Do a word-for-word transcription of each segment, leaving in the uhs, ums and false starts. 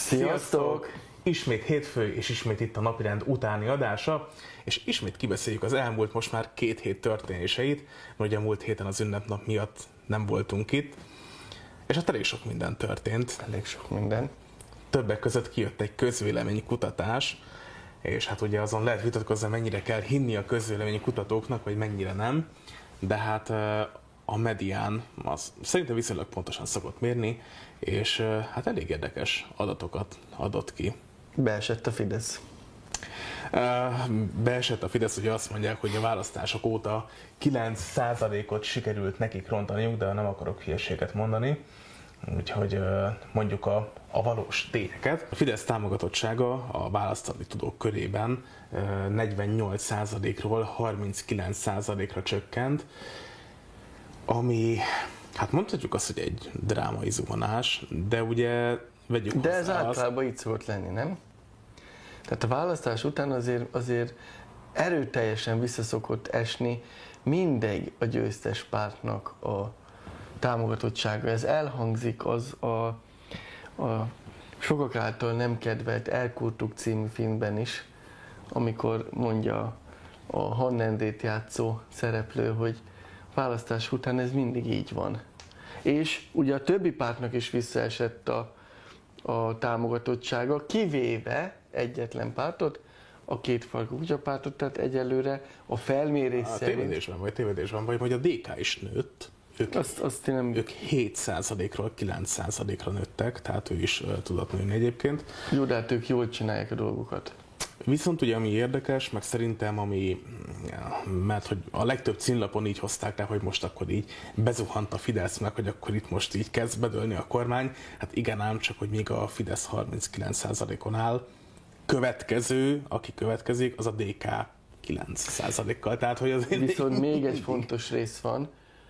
Sziasztok! Ismét hétfő, és ismét itt a napirend utáni adása, és ismét kibeszéljük az elmúlt most már két hét történéseit, mert ugye a múlt héten az ünnepnap miatt nem voltunk itt, és hát elég sok minden történt. Elég sok minden. Többek között kijött egy közvéleménykutatás, és hát ugye azon lehet vitatkozni, mennyire kell hinni a közvéleménykutatóknak, vagy mennyire nem, de hát a Medián az szerintem viszonylag pontosan szokott mérni, és hát elég érdekes adatokat adott ki. Beesett a Fidesz. Beesett a Fidesz, ugye azt mondják, hogy a választások óta kilenc százalékot sikerült nekik rontaniuk, de nem akarok hülyeséget mondani. Úgyhogy mondjuk a, a valós tényeket. A Fidesz támogatottsága a választani tudók körében negyvennyolc százalékról harminckilenc százalékra csökkent, ami, hát mondhatjuk azt, hogy egy drámai zuhanás, de ugye vegyük De ez azt, általában így szokott lenni, nem? Tehát a választás után azért, azért erőteljesen visszaszokott esni mindegy a győztes pártnak a támogatottsága. Ez elhangzik az a, a sokak által nem kedvelt Elkurtuk című filmben is, amikor mondja a Hannendét játszó szereplő, hogy választás után ez mindig így van. És ugye a többi pártnak is visszaesett a, a támogatottsága, kivéve egyetlen pártot, a kétfarkú kutyapártot, tehát egyelőre a felmérés a szerint... tévedésben vagy, tévedésben vagy, vagy a dé ká is nőtt. Ők, azt, azt nem... ők hét százalékról kilenc százalékra nőttek, tehát ő is uh, tudott nőni egyébként. Jó, de hát ők jól csinálják a dolgokat. Viszont ugye ami érdekes, meg szerintem ami, ja, mert hogy a legtöbb címlapon így hozták le, hogy most akkor így bezuhant a Fidesz, meg hogy akkor itt most így kezd bedőlni a kormány. Hát igen ám, csak hogy még a Fidesz harminckilenc százalékon áll, következő, aki következik, az a dé ká kilenc százalékkal. Tehát, hogy azért Viszont még egy fontos rész van,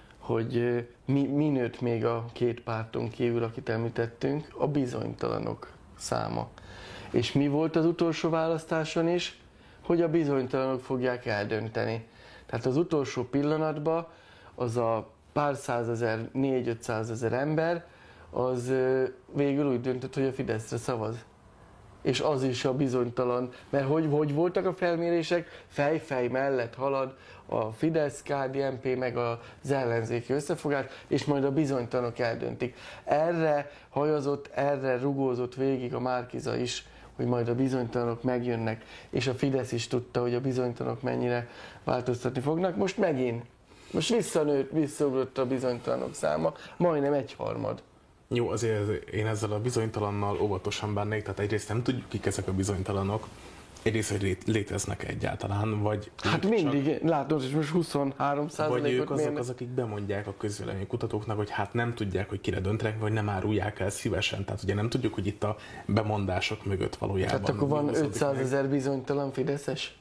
hogy mi, mi nőtt még a két párton kívül, akit említettünk, a bizonytalanok száma. És mi volt az utolsó választáson is? Hogy a bizonytalanok fogják eldönteni. Tehát az utolsó pillanatban az a pár százezer, négy-ötszázezer ember, az végül úgy döntött, hogy a Fideszre szavaz. És az is a bizonytalan, mert hogy, hogy voltak a felmérések, fej-fej mellett halad a Fidesz, ká dé en pé meg az ellenzéki összefogás, és majd a bizonytalanok eldöntik. Erre hajazott, erre rugózott végig a Márki-Zay is, hogy majd a bizonytalanok megjönnek, és a Fidesz is tudta, hogy a bizonytalanok mennyire változtatni fognak. Most megint, most visszanőtt, visszaugrott a bizonytalanok száma, majdnem egyharmad. Jó, azért én ezzel a bizonytalannal óvatosan bánnék, tehát egyrészt nem tudjuk, kik ezek a bizonytalanok, egyrészt, hogy léteznek egyáltalán, vagy... Hát mindig, csak, látod, és most huszonhárom százalékot vagy ők azok, az, akik bemondják a közvéleménykutatóknak, hogy hát nem tudják, hogy kire döntenek, vagy nem árulják el szívesen. Tehát ugye nem tudjuk, hogy itt a bemondások mögött valójában... Tehát akkor van ötszázezer bizonytalan fideszes?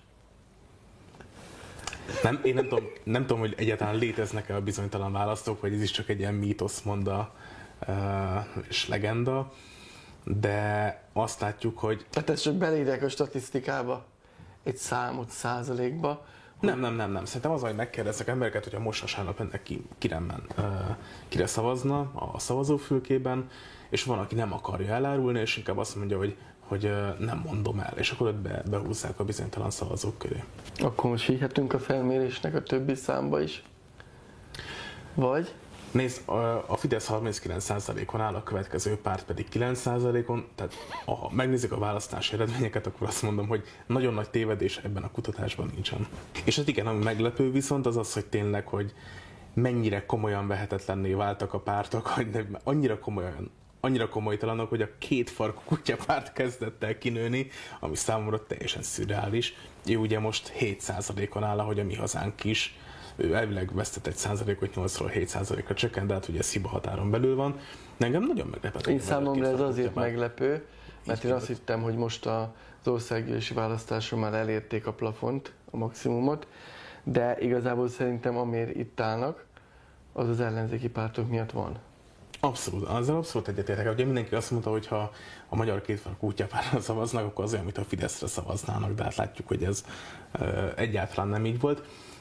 Nem, én nem tudom, nem tudom, hogy egyáltalán léteznek-e a bizonytalan választók, vagy ez is csak egy ilyen mítosz monda uh, és legenda, de azt látjuk, hogy... Hát ezt csak belírják a statisztikába, egy számot százalékba. Hogy... Nem, nem, nem, nem. Szerintem az, hogy megkérdeznek embereket, hogy a most vasárnap ennek ki, kire, men, uh, kire szavazna a szavazófülkében, és van, aki nem akarja elárulni, és inkább azt mondja, hogy, hogy uh, nem mondom el, és akkor ott be, behúzzák a bizonytalan szavazók köré. Akkor most hihetünk a felmérésnek a többi számba is? Vagy? Nézd, a Fidesz harminckilenc százalékon áll, a következő párt pedig kilenc százalékon, tehát ha megnézzük a választási eredményeket, akkor azt mondom, hogy nagyon nagy tévedés ebben a kutatásban nincsen. És hát igen, ami meglepő viszont az az, hogy tényleg, hogy mennyire komolyan vehetetlenné váltak a pártok, hogy annyira komolyan, annyira komolytalanok, hogy a két farkú kutyapárt kezdett el kinőni, ami számomra teljesen szürreális. Ő ugye most hét százalékon áll, ahogy a Mi Hazánk is. Ő elvileg vesztett egy százalékot, nyolcról hét százalékra csökkent, de hát ugye ez hiba határon belül van. De engem nagyon meglepett. Én számomra ez azért meglepő, mert én azt hittem, hogy most az országgyűlési választáson már elérték a plafont, a maximumot, de igazából szerintem amiért itt állnak, az az ellenzéki pártok miatt van. Abszolút, azzal abszolút egyetértek. Ugye mindenki azt mondta, hogy ha a magyar kétfarkú kutyapártra szavaznak, akkor az olyan, mint a Fideszre szavaznának, de hát látjuk, hogy ez egyáltalán nem így volt.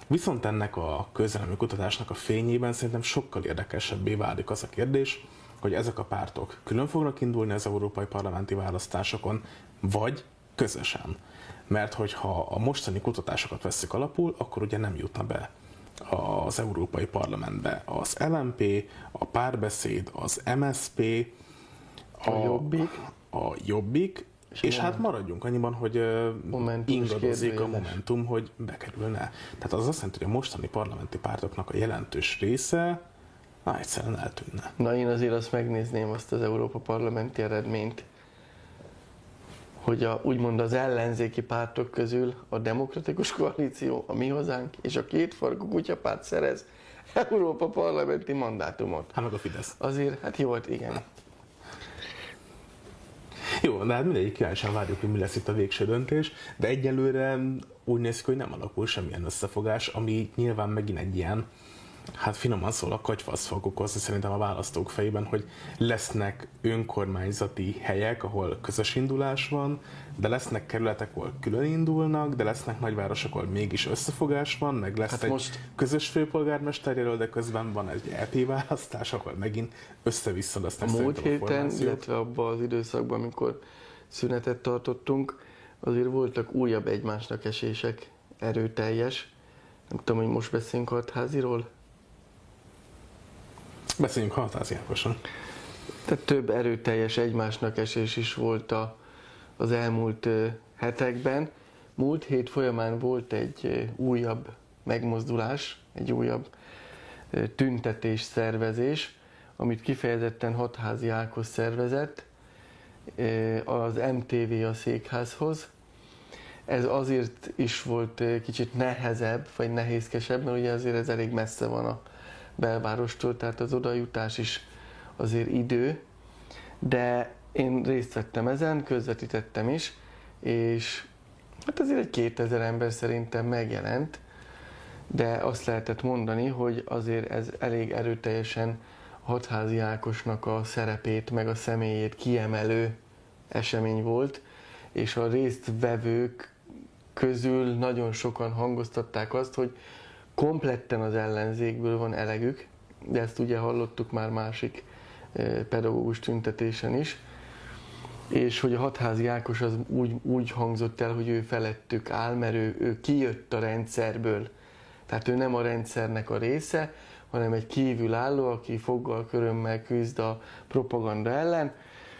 Viszont ennek a közvélemény kutatásnak a fényében szerintem sokkal érdekesebbé válik az a kérdés, hogy ezek a pártok külön fognak indulni az európai parlamenti választásokon, vagy közösen. Mert hogyha a mostani kutatásokat vesszük alapul, akkor ugye nem jutna be az Európai Parlamentbe az el em pé, a Párbeszéd, az em es zé pé, a, a Jobbik, a Jobbik és, és hát maradjunk annyiban, hogy ingadozik a Momentum, hogy bekerülne. Tehát az azt jelenti, hogy a mostani parlamenti pártoknak a jelentős része na, egyszerűen eltűnne. Na én azért azt megnézném azt az Európa parlamenti eredményt, hogy a, úgymond az ellenzéki pártok közül a Demokratikus Koalíció, a Mi Hazánk és a Kétfarkú Kutyapárt szerez Európa parlamenti mandátumot. Hát meg a Fidesz. Azért, hát jó volt, igen. Jó, de hát mindegyik kíváncsian várjuk, hogy mi lesz itt a végső döntés, de egyelőre úgy néz ki, hogy nem alakul semmilyen összefogás, ami nyilván megint egy ilyen, hát finoman szól, a katyvasz fog okozni szerintem a választók fejében, hogy lesznek önkormányzati helyek, ahol közös indulás van, de lesznek kerületek, ahol külön indulnak, de lesznek nagyvárosok, ahol mégis összefogás van, meg lesz hát egy most... közös főpolgármesterjelöl, de közben van egy é pé választás, ahol megint össze-vissza lesznek a múlt héten, illetve abban az időszakban, amikor szünetet tartottunk, azért voltak újabb egymásnak esések, erőteljes. Nem tudom, hogy most beszélünk Hatháziról. Beszéljünk Hatházi Ákoson. Tehát több erőteljes egymásnak esés is volt a, az elmúlt uh, hetekben. Múlt hét folyamán volt egy uh, újabb megmozdulás, egy újabb uh, tüntetés szervezés, amit kifejezetten Hatházi Ákos szervezett, uh, az em té vé a székházhoz. Ez azért is volt uh, kicsit nehezebb, vagy nehézkesebb, mert ugye azért ez elég messze van a belvárostól, tehát az odajutás is azért idő, de én részt vettem ezen, közvetítettem is, és hát azért egy kétezer ember szerintem megjelent, de azt lehetett mondani, hogy azért ez elég erőteljesen Hatházi Ákosnak a szerepét, meg a személyét kiemelő esemény volt, és a résztvevők közül nagyon sokan hangoztatták azt, hogy kompletten az ellenzékből van elegük, de ezt ugye hallottuk már másik pedagógus tüntetésen is, és hogy a Hatházi Ákos az úgy, úgy hangzott el, hogy ő felettük áll, mert ő, ő kijött a rendszerből. Tehát ő nem a rendszernek a része, hanem egy kívülálló, aki foggal körömmel küzd a propaganda ellen,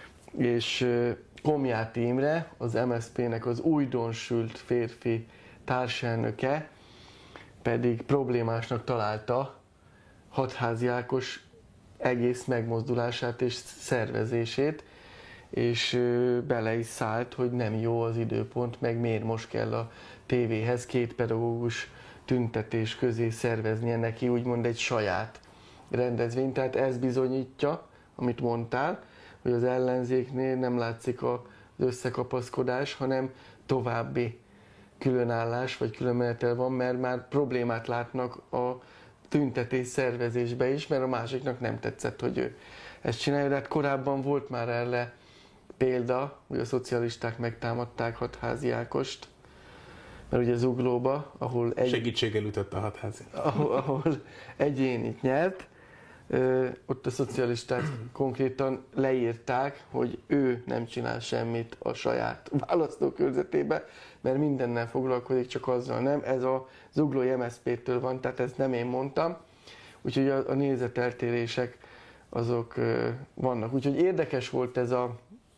és Komjáti Imre, az em es zé pének az újdonsült férfi társelnöke, pedig problémásnak találta Hatházi Ákos egész megmozdulását és szervezését, és bele is szállt, hogy nem jó az időpont, meg miért most kell a tévéhez két pedagógus tüntetés közé szerveznie neki úgymond egy saját rendezvényt. Tehát ez bizonyítja, amit mondtál, hogy az ellenzéknél nem látszik az összekapaszkodás, hanem további különállás vagy különmenetel van, mert már problémát látnak a tüntetés szervezésbe is, mert a másiknak nem tetszett, hogy ő ezt csinálja. De hát korábban volt már erre példa, hogy a szocialisták megtámadták Hatházi Ákost, mert ugye Zuglóba, ahol egy... segítséggel ütött a Hatházi. Ahol, ahol egyénit nyert, ott a szocialisták konkrétan leírták, hogy ő nem csinál semmit a saját választókörzetébe, mert mindennel foglalkozik, csak azzal nem. Ez a zuglói em es zé pétől van, tehát ezt nem én mondtam. Úgyhogy a, a nézeteltérések azok vannak. Úgyhogy érdekes volt ez a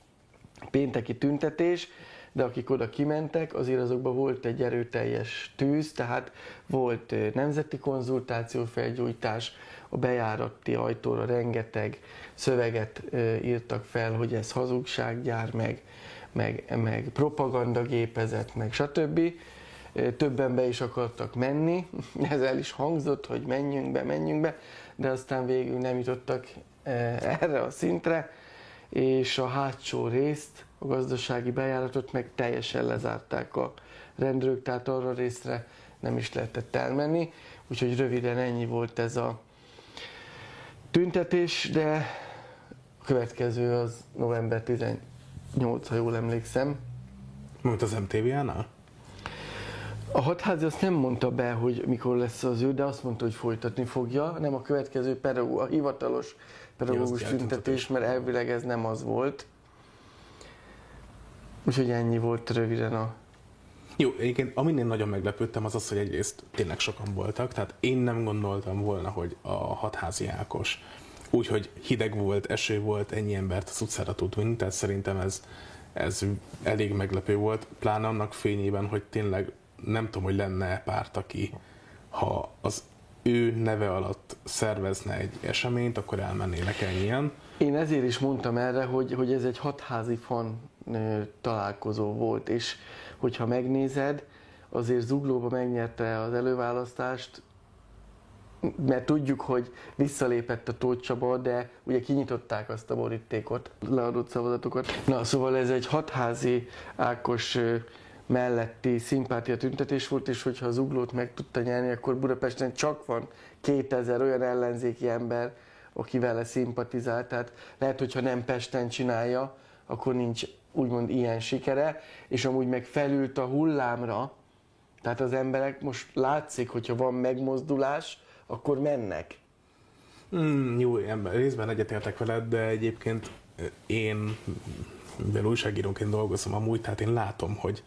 pénteki tüntetés, de akik oda kimentek, azért azokban volt egy erőteljes tűz, tehát volt nemzeti konzultáció, felgyújtás, a bejárati ajtóra rengeteg szöveget írtak fel, hogy ez hazugsággyár, meg, meg, meg propagandagépezet, meg stb. Többen be is akartak menni, ez el is hangzott, hogy menjünk be, menjünk be, de aztán végül nem jutottak erre a szintre, és a hátsó részt, a gazdasági bejáratot meg teljesen lezárták a rendőrök, tehát arra részre nem is lehetett elmenni, úgyhogy röviden ennyi volt ez a tüntetés, de a következő az november tizennyolcadika, ha jól emlékszem. Mint az em té vé-nál? A hatházi azt nem mondta be, hogy mikor lesz az ő, de azt mondta, hogy folytatni fogja, nem a következő pedagógus, a hivatalos pedagógus tüntetés, mert elvileg ez nem az volt. Úgyhogy ennyi volt röviden a... Jó, egyébként amin én nagyon meglepődtem az az, hogy egyrészt tényleg sokan voltak, tehát én nem gondoltam volna, hogy a hatházi Ákos úgyhogy hideg volt, eső volt, ennyi embert az utcára tud vinni, tehát szerintem ez, ez elég meglepő volt, pláne annak fényében, hogy tényleg nem tudom, hogy lenne párt, aki ha az ő neve alatt szervezne egy eseményt, akkor elmennének ennyien. Én ezért is mondtam erre, hogy, hogy ez egy hatházi fan találkozó volt, és hogyha megnézed, azért Zuglóba megnyerte az előválasztást, mert tudjuk, hogy visszalépett a Tóth Csaba, de ugye kinyitották azt a borítékot, leadott szavazatokat. Na, szóval ez egy hatházi Ákos melletti szimpátia tüntetés volt, és hogyha az Zuglót meg tudta nyerni, akkor Budapesten csak van kétezer olyan ellenzéki ember, aki vele szimpatizál, tehát lehet, hogyha nem Pesten csinálja, akkor nincs úgymond ilyen sikere, és amúgy meg felült a hullámra, tehát az emberek most látszik, hogyha van megmozdulás, akkor mennek. Mm, jó, részben egyetértek veled, de egyébként én, mivel újságíróként dolgozom amúgy, tehát én látom, hogy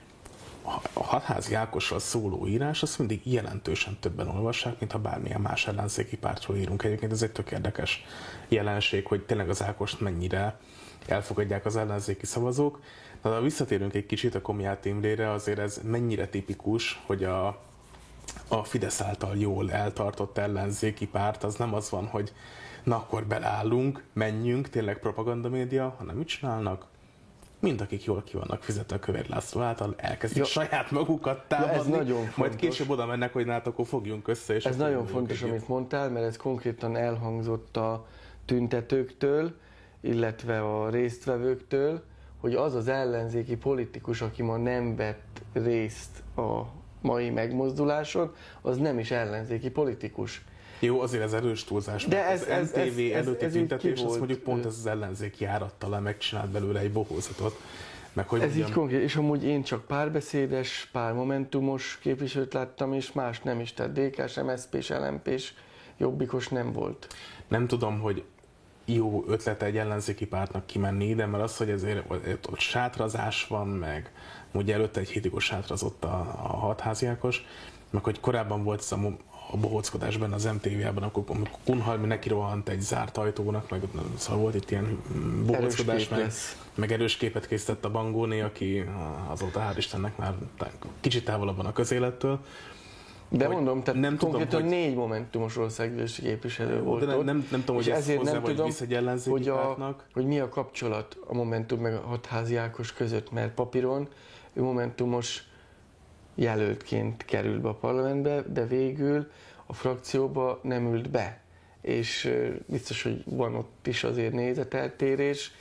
a hatházi Ákosról szóló írás, azt mindig jelentősen többen olvassák, mint ha bármilyen más ellenzéki pártról írunk. Egyébként ez egy tök érdekes jelenség, hogy tényleg az Ákost mennyire elfogadják az ellenzéki szavazók. De ha visszatérünk egy kicsit a Komját Imrére, azért ez mennyire tipikus, hogy a, a Fidesz által jól eltartott ellenzéki párt, az nem az van, hogy na akkor beleállunk, menjünk, tényleg propagandamédia, hanem mit csinálnak? Mind akik jól ki vannak fizetve a Kövér László által, elkezdik ja. saját magukat támadni, ja, majd később oda mennek, hogy hát akkor fogjunk össze. És ez nagyon fontos, egyet. Amit mondtál, mert ez konkrétan elhangzott a tüntetőktől, illetve a résztvevőktől, hogy az az ellenzéki politikus, aki ma nem vett részt a mai megmozduláson, az nem is ellenzéki politikus. Jó, azért ez erős túlzás, de ez, az ez, em té vé ez, előtti ez, ez tüntetés, az mondjuk pont ez az ellenzéki járattal le megcsinált belőle egy bohózatot. Meg, hogy ez ugyan... így konkrét, és amúgy én csak párbeszédes, pár momentumos képviselőt láttam, és más nem is, tehát dé ká-s, em es zé pés, el em pés, jobbikos nem volt. Nem tudom, hogy jó ötlete egy ellenzéki pártnak kimenni ide, mert az, hogy ezért ott sátrazás van, meg ugye előtte egy hétig sátrazott a, a hatházi Ákos, meg hogy korábban volt ez a, a bohóckodás benne az em té vé-ben, akkor Kunhalmi neki rohant egy zárt ajtónak, meg szóval volt itt ilyen bohóckodás, meg, meg erős képet készített a Bangóné, aki azóta hál' Istennek már kicsit távolabb van a közélettől. De mondom, tehát nem konkrétan tudom, hogy... négy momentumos országgyűlési képviselő volt de nem, ott. Nem, nem tudom, hogy ez hozzá vagy visz egy ellenzéki hogy, a, hogy mi a kapcsolat a Momentum meg a hatházi Ákos között, mert papíron ő momentumos jelöltként került be a parlamentbe, de végül a frakcióba nem ült be. És biztos, hogy van ott is azért nézeteltérés,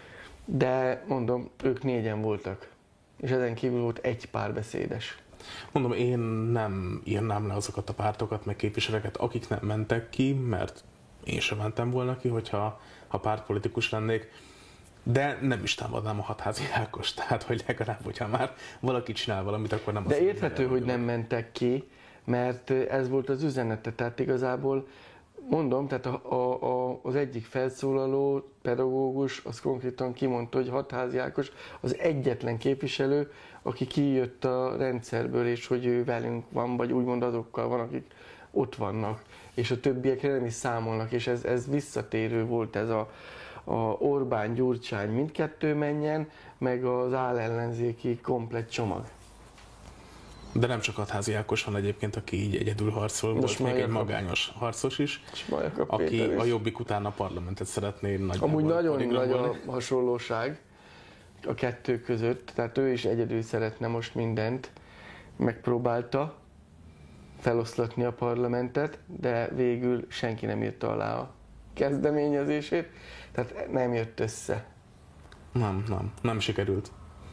de mondom, ők négyen voltak. És ezen kívül volt egy párbeszédes. Mondom, én nem írnám le azokat a pártokat, meg képviselőket, akik nem mentek ki, mert én sem mentem volna ki, hogyha ha pártpolitikus lennék, de nem is támadnám a hatházi Ákost, tehát hogy legalább, hogyha már valaki csinál valamit, akkor nem de az... De érthető, hogy nem mentek ki, mert ez volt az üzenete, tehát igazából mondom, tehát a, a, a, az egyik felszólaló pedagógus az konkrétan kimondta, hogy hatházi Ákos az egyetlen képviselő, aki kijött a rendszerből, és hogy ő velünk van, vagy úgymond azokkal van, akik ott vannak, és a többiekre nem is számolnak, és ez, ez visszatérő volt, ez a, a Orbán, Gyurcsány mindkettő menjen, meg az állellenzéki komplett csomag. De nem csak hatházi Ákos van egyébként, aki így egyedül harcol, most volt még egy magányos harcos is, aki a Jobbik után a parlamentet szeretné nagyjából. Amúgy nagyon nagy a hasonlóság a kettő között, tehát ő is egyedül szeretne most mindent, megpróbálta feloszlatni a parlamentet, de végül senki nem írta alá a kezdeményezését, tehát nem jött össze. Nem, nem, nem sikerült.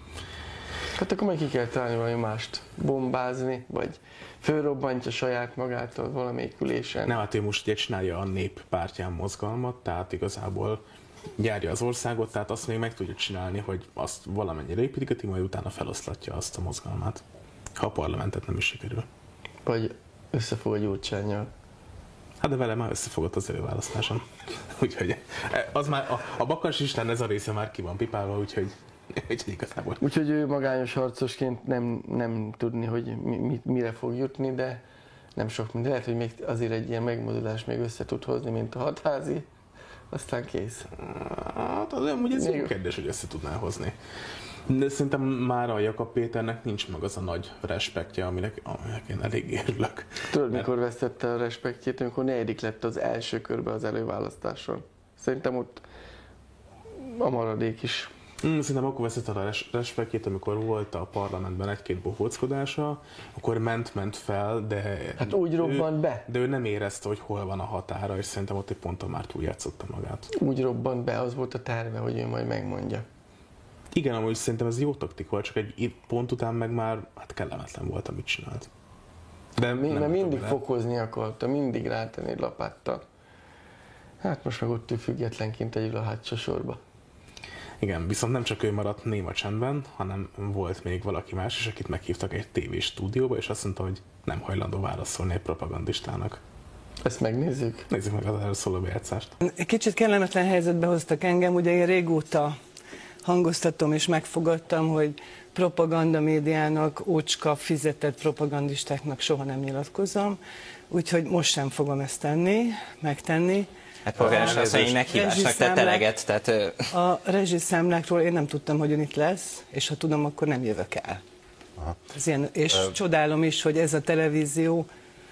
Hát akkor meg ki kell találni valami mást, bombázni, vagy fölrobbantja saját magától valamelyik ülésen. Nem, hát ő most ugye csinálja a Nép pártján mozgalmat, tehát igazából gyárja az országot, tehát azt még meg tudja csinálni, hogy azt valamennyire építgeti, majd utána feloszlatja azt a mozgalmát. Ha a parlamentet nem is sikerül. Vagy összefog a Gyurcsánnyal. Hát de vele már összefogott az előválasztáson. Úgyhogy az már, a, a Bakancs István ez a része már ki van pipálva, úgyhogy, úgyhogy igazából. Úgyhogy ő magányos harcosként nem, nem tudni, hogy mi, mi, mire fog jutni, de nem sok minden. Lehet, hogy még azért egy ilyen megmozdulás még össze tud hozni, mint a hatházi, aztán kész. Hát az amúgy ez jó kérdés, hogy össze tudná hozni. De szerintem már a Jakab Péternek nincs meg az a nagy respektje, aminek, aminek én elég örülök. Tudod, mert... mikor vesztette a respektjét, amikor negyedik lett az első körbe az előválasztáson. Szerintem ott a maradék is. Mm, szerintem akkor vesztette a respektjét, amikor volt a parlamentben egy-két bohóckodása, akkor ment-ment fel, de... Hát úgy robbant ő, be. De ő nem érezte, hogy hol van a határa, és szerintem ott egy ponton már túljátszotta magát. Úgy robbant be, az volt a terve, hogy ő majd megmondja. Igen, amúgy szerintem ez jó taktika, csak egy pont után meg már hát kellemetlen volt, amit csinált. De Mi, mert mindig bele. fokozni akarta, mindig rátenni lapáttal. Hát most meg ott ő függetlenként együl a hátsó sorba. Igen, viszont nem csak ő maradt néma csendben, hanem volt még valaki más is, akit meghívtak egy tévés stúdióba, és azt mondta, hogy nem hajlandó válaszolni egy propagandistának. Ezt megnézzük? Nézzük meg az erről szóló bejátszást. Kicsit kellemetlen helyzetbe hoztak engem, ugye én régóta hangoztatom és megfogadtam, hogy propagandamédiának, ócska fizetett propagandistáknak soha nem nyilatkozom, úgyhogy most sem fogom ezt tenni, megtenni. Hát polgármester asszony meghívásnak tett eleget, tehát... A rezsiszámlákról én nem tudtam, hogy ön itt lesz, és ha tudom, akkor nem jövök el. Ez ilyen, és uh, csodálom is, hogy ez a televízió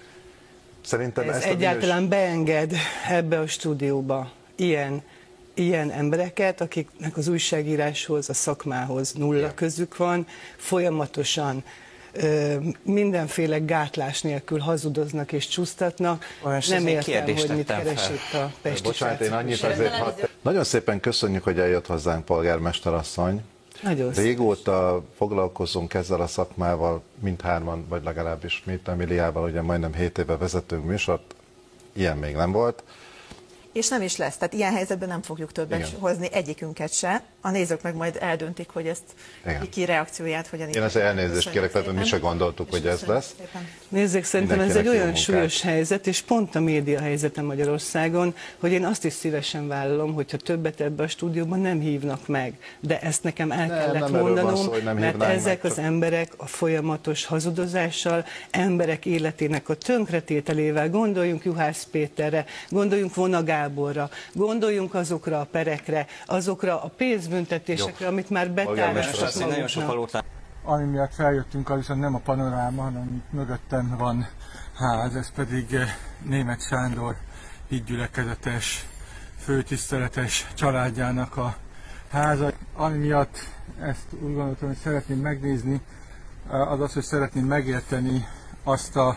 Szerintem ez ezt egyáltalán minős... beenged ebbe a stúdióba ilyen, ilyen embereket, akiknek az újságíráshoz, a szakmához nulla Igen. közük van, folyamatosan ö, mindenféle gátlás nélkül hazudoznak és csúsztatnak. Most nem értem, hogy mit keres itt a pesti Bocsánat, én annyit azért... Ha... Nagyon szépen köszönjük, hogy eljött hozzánk, polgármester asszony. Nagyon Régóta foglalkozunk ezzel a szakmával, mindhárman, vagy legalábbis mi itt Emiliával, ugye majdnem hét éve vezetünk műsort, ilyen még nem volt. És nem is lesz, tehát ilyen helyzetben nem fogjuk többet Igen. hozni egyikünket se. A nézők meg majd eldöntik, hogy ezt Igen. ki reakcióját hogyan. Én azért elnézést kérek, tehát mi se gondoltuk, hogy ez lesz. Nézzék, szerintem ez egy olyan súlyos helyzet, és pont a média helyzete Magyarországon, hogy én azt is szívesen vállalom, hogyha többet ebbe a stúdióban nem hívnak meg. De ezt nekem el nem, kellett nem mondanom, szó, mert ezek meg, az emberek a folyamatos hazudozással, emberek életének a tönkretételével, gondoljunk Juhász Péterre, gondoljunk Vona Gáborra, gondoljunk azokra a perekre, azokra a pénzbüntetésekre, Jó. amit már betároltak maguknak. Ami miatt feljöttünk, az viszont nem a panoráma, hanem itt mögöttem van ház, ez pedig Németh Sándor hídgyülekezetes, főtiszteletes családjának a háza. Ami miatt ezt úgy gondoltam, hogy szeretném megnézni, az az, hogy szeretném megérteni azt a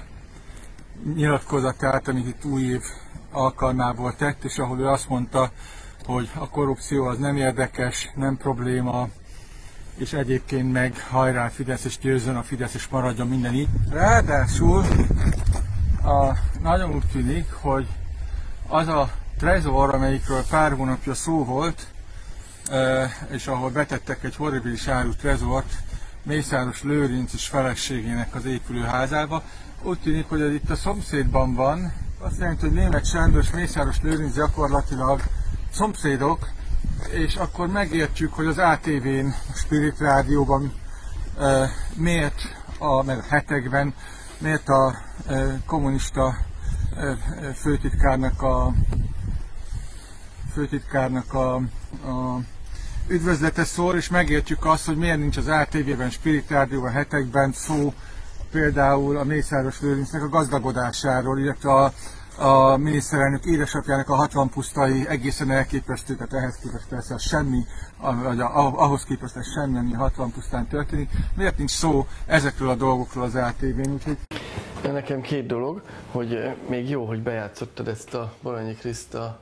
nyilatkozatát, amit itt új év alkalmából tett, és ahol ő azt mondta, hogy a korrupció az nem érdekes, nem probléma, és egyébként meg hajrá Fidesz, és győzzön a Fidesz, és maradjon minden így. Ráadásul a, nagyon úgy tűnik, hogy az a trezor, amelyikről pár hónapja szó volt, és ahol betettek egy horribilis áru trezort Mészáros Lőrinc és feleségének az épülőházába, úgy tűnik, hogy ez itt a szomszédban van. Azt jelenti, hogy Németh Sándor és Mészáros Lőrinc gyakorlatilag szomszédok, és akkor megértjük, hogy az á té vén, a Spirit Rádióban e, miért, a, meg a hetekben, miért a e, kommunista e, főtitkárnak a, főtitkárnak a, a üdvözlete szól, és megértjük azt, hogy miért nincs az á té vében, Spirit Rádióban, hetekben szó például a Mészáros Lőrincnek a gazdagodásáról, illetve a a miniszterelnök édesapjának a hatvan pusztai egészen elképesztő, tehát ehhez képest persze az semmi, vagy ahhoz képest ez semmi, ami hatvan pusztán történik. Miért nincs szó ezekről a dolgokról az á té vén? Úgyhogy... Nekem két dolog, hogy még jó, hogy bejátszottad ezt a Baranyi Kriszta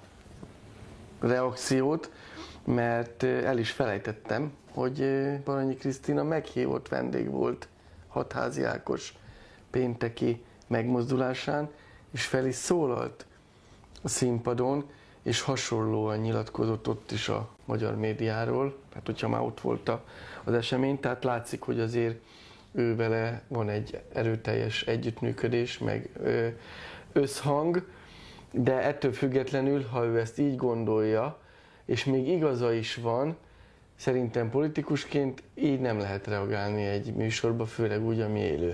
reakciót, mert el is felejtettem, hogy Baranyi Krisztina meghívott vendég volt Hatházi Ákos pénteki megmozdulásán, és fel is szólalt a színpadon, és hasonlóan nyilatkozott ott is a magyar médiáról, tehát hogyha már ott volt az esemény, tehát látszik, hogy azért ő vele van egy erőteljes együttműködés, meg összhang, de ettől függetlenül, ha ő ezt így gondolja, és még igaza is van, szerintem politikusként így nem lehet reagálni egy műsorba, főleg úgy, ami élő.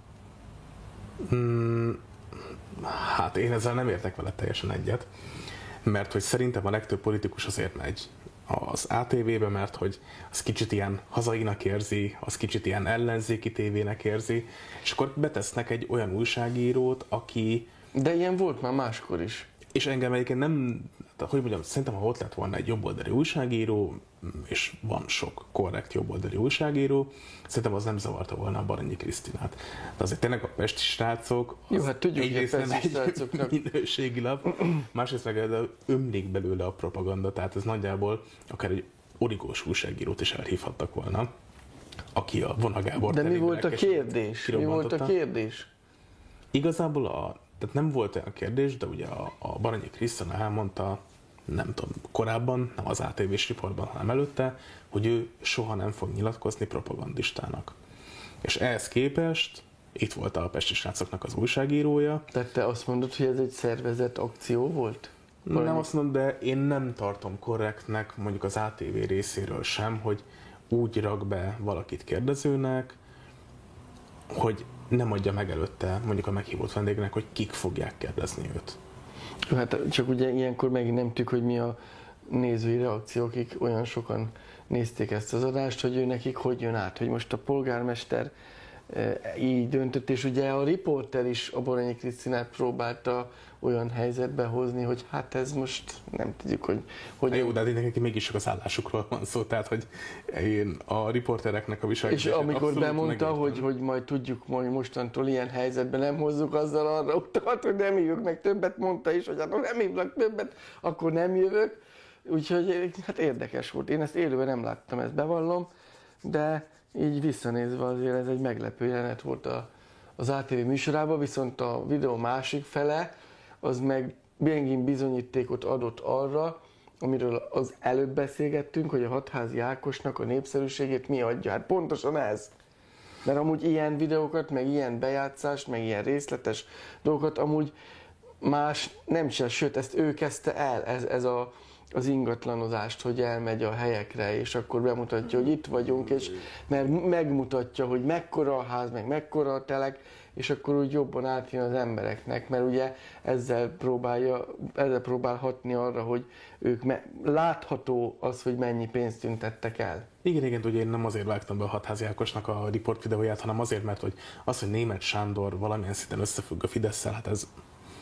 Hmm, hát én ezzel nem értek vele teljesen egyet, mert hogy szerintem a legtöbb politikus azért megy az á té vé-be, mert hogy az kicsit ilyen hazainak érzi, az kicsit ilyen ellenzéki tévének érzi, és akkor betesznek egy olyan újságírót, aki... De ilyen volt már máskor is. És engem egyébként nem, hogy mondjam, szerintem ha ott lett volna egy jobboldali újságíró, és van sok korrekt jobboldali újságíró, szerintem az nem zavarta volna a Baranyi Krisztinát. De azért tényleg a pesti srácok, jó, hát tudjuk, egyrészt nem egy srácoknak... minőségi lap, másrészt meg ömlik belőle a propaganda, tehát ez nagyjából akár egy origós újságírót is elhívhattak volna, aki a Vona Gábor. De mi volt a kérdés? Mi volt a kérdés? Igazából a Tehát nem volt olyan kérdés, de ugye a, a Baranyi Krisztina elmondta, nem tudom, korábban, nem az á té vés riportban, hanem előtte, hogy ő soha nem fog nyilatkozni propagandistának. És ehhez képest itt volt a pesti srácoknak az újságírója. Tehát te azt mondod, hogy ez egy szervezett akció volt? Baranyi? Nem azt mondom, de én nem tartom korrektnek mondjuk az á té vé részéről sem, hogy úgy rak be valakit kérdezőnek, hogy nem adja meg előtte mondjuk a meghívott vendégnek, hogy kik fogják kérdezni őt. Hát csak ugye ilyenkor megint nem tudjuk, hogy mi a nézői reakció, akik olyan sokan nézték ezt az adást, hogy ő nekik hogy jön át, hogy most a polgármester így döntött, és ugye a riporter is a Baranyi Krisztinát próbálta olyan helyzetbe hozni, hogy hát ez most nem tudjuk, hogy... hogy jó, de hát neki mégis csak az állásukról van szó, tehát hogy én a riportereknek a viselkedését. És amikor bemondta, hogy, hogy majd tudjuk, majd mostantól ilyen helyzetben nem hozzuk, azzal arra utalt, hogy nem hívjuk meg többet, mondta is, hogy hát nem hívnak többet, akkor nem jövök. Úgyhogy hát érdekes volt. Én ezt élőben nem láttam, ezt bevallom, de így visszanézve azért ez egy meglepő jelenet volt a, az á té vé műsorában, viszont a videó másik fele az meg megint bizonyítékot adott arra, amiről az előbb beszélgettünk, hogy a Hatházi Ákosnak a népszerűségét mi adja. Hát pontosan ez. Mert amúgy ilyen videókat, meg ilyen bejátszást, meg ilyen részletes dolgokat amúgy más nem csinál, sőt ezt ő kezdte el, ez, ez a az ingatlanozást, hogy elmegy a helyekre, és akkor bemutatja, hogy itt vagyunk, és mert megmutatja, hogy mekkora a ház, meg mekkora a telek, és akkor úgy jobban átjön az embereknek, mert ugye ezzel próbálja, ezzel próbál hatni arra, hogy ők me- látható az, hogy mennyi pénzt tüntettek el. Igen, igen, ugye én nem azért vágtam be a Hatházi Ákosnak a riport videóját, hanem azért, mert hogy az, hogy Németh Sándor valamilyen szinten összefügg a Fidesszel, hát ez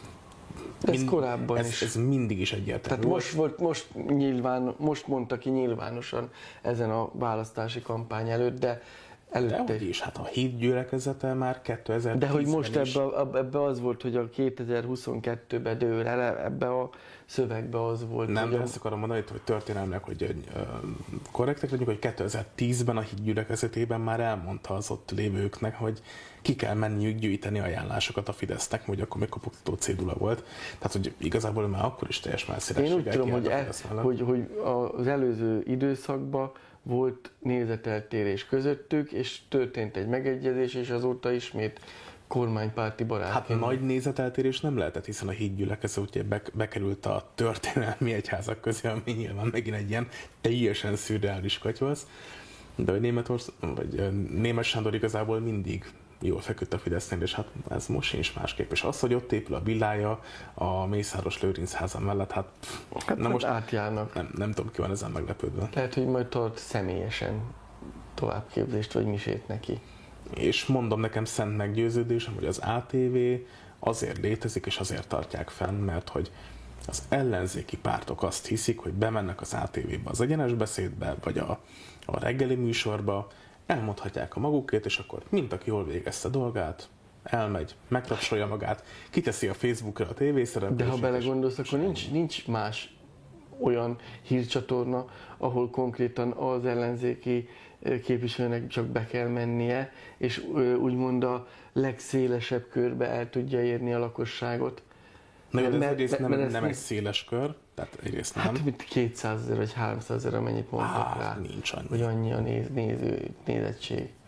Ez Mind, korábban ez, is. Ez mindig is egyértelmű. Tehát most, volt, most, nyilván, most mondta ki nyilvánosan ezen a választási kampány előtt, de előtte... De hogy is, hát a híd gyülekezete már kétezer-tízben De hogy most is... ebbe, ebbe az volt, hogy a kétezer-huszonkettőben dől el, ebbe a szövegbe az volt. Nem, de a... ezt akarom mondani, hogy történelmnek, hogy uh, korrektek legyünk, hogy kétezer-tízben a híd gyülekezetében már elmondta az ott lévőknek, hogy ki kell menniük gyűjteni ajánlásokat a Fidesznek, hogy akkor még kopogtató cédula volt. Tehát, hogy igazából már akkor is teljes messzélességgel. Én úgy tudom, hogy, e, hogy, hogy az előző időszakban volt nézeteltérés közöttük, és történt egy megegyezés, és azóta ismét kormánypárti barátként. Hát nagy nézeteltérés nem lehetett, hiszen a hídgyülekezet ugye bekerült a történelmi egyházak közé, ami nyilván megint egy ilyen teljesen szürreális katyvasz. De hogy Németország, vagy Németh Sándor igazából mindig jól feküdt a Fidesznél, és hát ez most sincs másképp. És az, hogy ott épül a villája a Mészáros Lőrinc háza mellett, hát, hát nem most átjárnak. Nem, nem tudom, ki van ezen meglepődve. Lehet, hogy majd tart személyesen továbbképzést, vagy misét neki. És mondom, nekem szent meggyőződésem, hogy az á té vé azért létezik, és azért tartják fenn, mert hogy az ellenzéki pártok azt hiszik, hogy bemennek az á té vébe az egyenes beszédbe, vagy a, a reggeli műsorba, elmondhatják a magukét, és akkor mint aki jól végezte a dolgát, elmegy, megtapsolja magát, kiteszi a Facebookra a tévészereplését. De ha belegondolsz, akkor nincs, nincs más olyan hírcsatorna, ahol konkrétan az ellenzéki képviselőnek csak be kell mennie, és úgymond a legszélesebb körbe el tudja érni a lakosságot. Na, mert, ez egyrészt nem, nem egy széles kör, tehát egyrészt nem. Hát mint kétszázezer vagy háromszázezer, amennyit mondtak ah, rá. Nincs annyi. Hogy annyi a néz, néző, nézettség.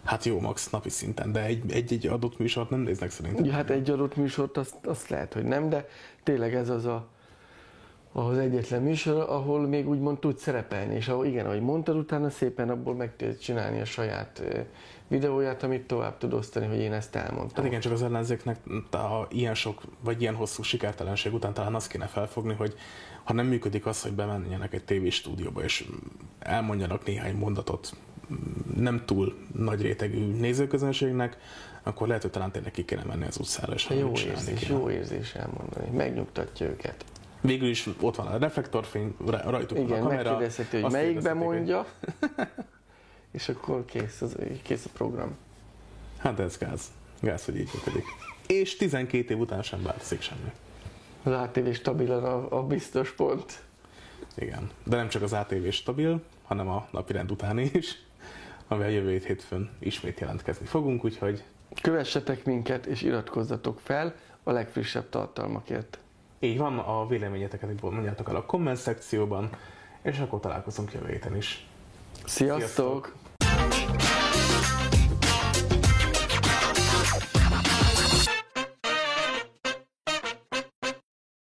Hát jó, max napi szinten, de egy-egy adott műsort nem néznek szerintem. Ja, hát egy adott műsort azt, azt lehet, hogy nem, de tényleg ez az a az egyetlen műsor, ahol még úgymond tud szerepelni, és ahol igen, ahogy mondtad, utána szépen abból meg tudod csinálni a saját videóját, amit tovább tud osztani, hogy én ezt elmondtam. Hát igen, csak az ellenzéknek a ilyen sok, vagy ilyen hosszú sikertelenség után talán azt kéne felfogni, hogy ha nem működik az, hogy bemenjenek egy tévés-stúdióba, és elmondjanak néhány mondatot nem túl nagy rétegű nézőközönségnek, akkor lehet, hogy talán tényleg ki kéne menni az utcára, és jó érzés, jó érzés elmondani, megnyugtatja őket. Végül is ott van a reflektorfény, rajtuk igen, van a kamera. Megkérdezheti, hogy melyikbe mondja, hogy... és akkor kész, az, kész a program. Hát ez gáz. Gáz, hogy így működik. És tizenkét év után sem változik semmi. Az á té vé stabilan a, a biztos pont. Igen, de nem csak az á té vé stabil, hanem a napirend utáni is, amivel jövő hétfőn ismét jelentkezni fogunk, úgyhogy... Kövessetek minket, és iratkozzatok fel a legfrissebb tartalmakért. Így van, a véleményeteket itt mondjátok el a komment szekcióban, és akkor találkozunk jövő héten is. Sziasztok! Sziasztok.